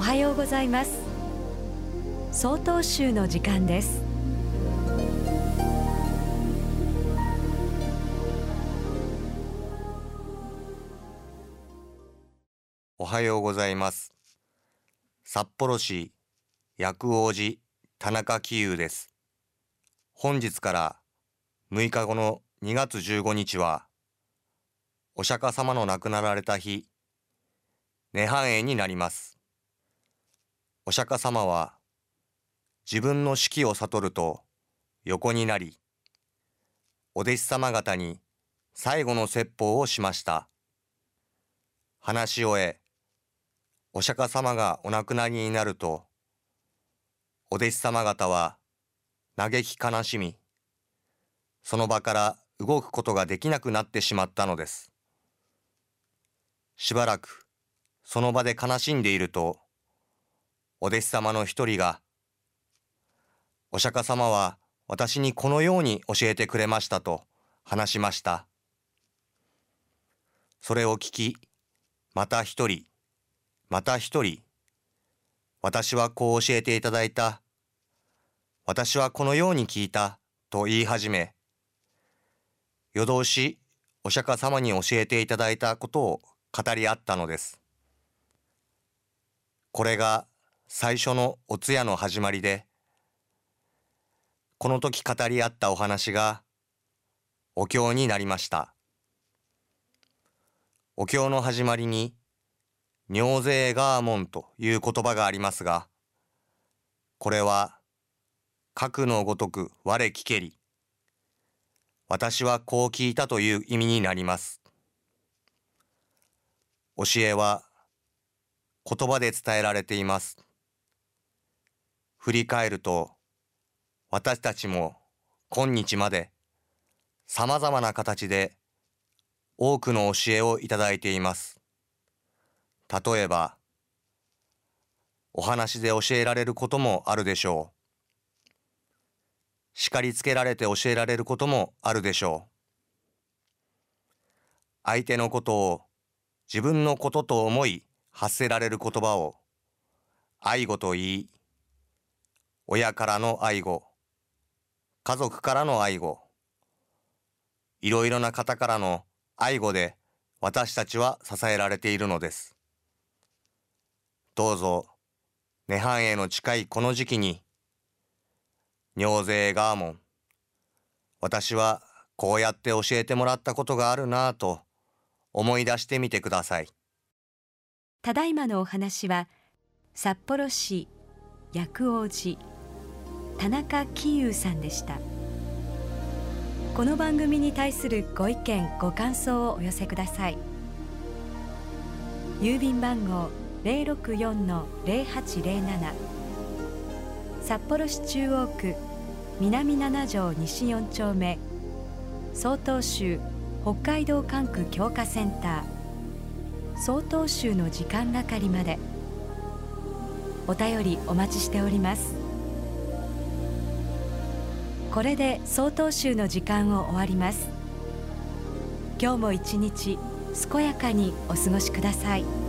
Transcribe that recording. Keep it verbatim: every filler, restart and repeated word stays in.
はようございます。曹洞宗の時間です。 おはようございます。札幌市薬王寺田中喜友です。本日からむいかごのにがつじゅうごにちはお釈迦様の亡くなられた日、涅槃会になります。お釈迦様は自分の死期を悟ると横になり、お弟子様方に最後の説法をしました。話し終え、お釈迦様がお亡くなりになると、お弟子様方は嘆き悲しみ、その場から動くことができなくなってしまったのです。しばらくその場で悲しんでいると、お弟子様の一人が、お釈迦様は私にこのように教えてくれましたと話しました。それを聞き、また一人、また一人、私はこう教えていただいた、私はこのように聞いたと言い始め、夜通しお釈迦様に教えていただいたことを語り合ったのです。これが最初のお通夜の始まりで、この時語り合ったお話がお経になりました。お経の始まりに、尿税ガーモンという言葉がありますが、これは、核のごとく我聞けり、私はこう聞いたという意味になります。教えは言葉で伝えられています。振り返ると、私たちも今日まで様々な形で多くの教えをいただいています。例えば、お話で教えられることもあるでしょう。叱りつけられて教えられることもあるでしょう。相手のことを自分のことと思い発せられる言葉を愛語と言い、親からの愛語、家族からの愛語、いろいろな方からの愛語で私たちは支えられているのです。どうぞ、涅槃への近いこの時期に、尿税ガーモン、私はこうやって教えてもらったことがあるなぁと思い出してみてください。 ただいまのお話は、札幌市薬王寺田中喜友さんでした。この番組に対するご意見ご感想をお寄せください。郵便番号 ゼロろくよんのゼロはちゼロなな、 札幌市中央区南なな条西よん丁目、曹洞宗北海道管区強化センター曹洞宗の時間係まで。お便りお待ちしております。これで曹洞宗の時間を終わります。今日も一日健やかにお過ごしください。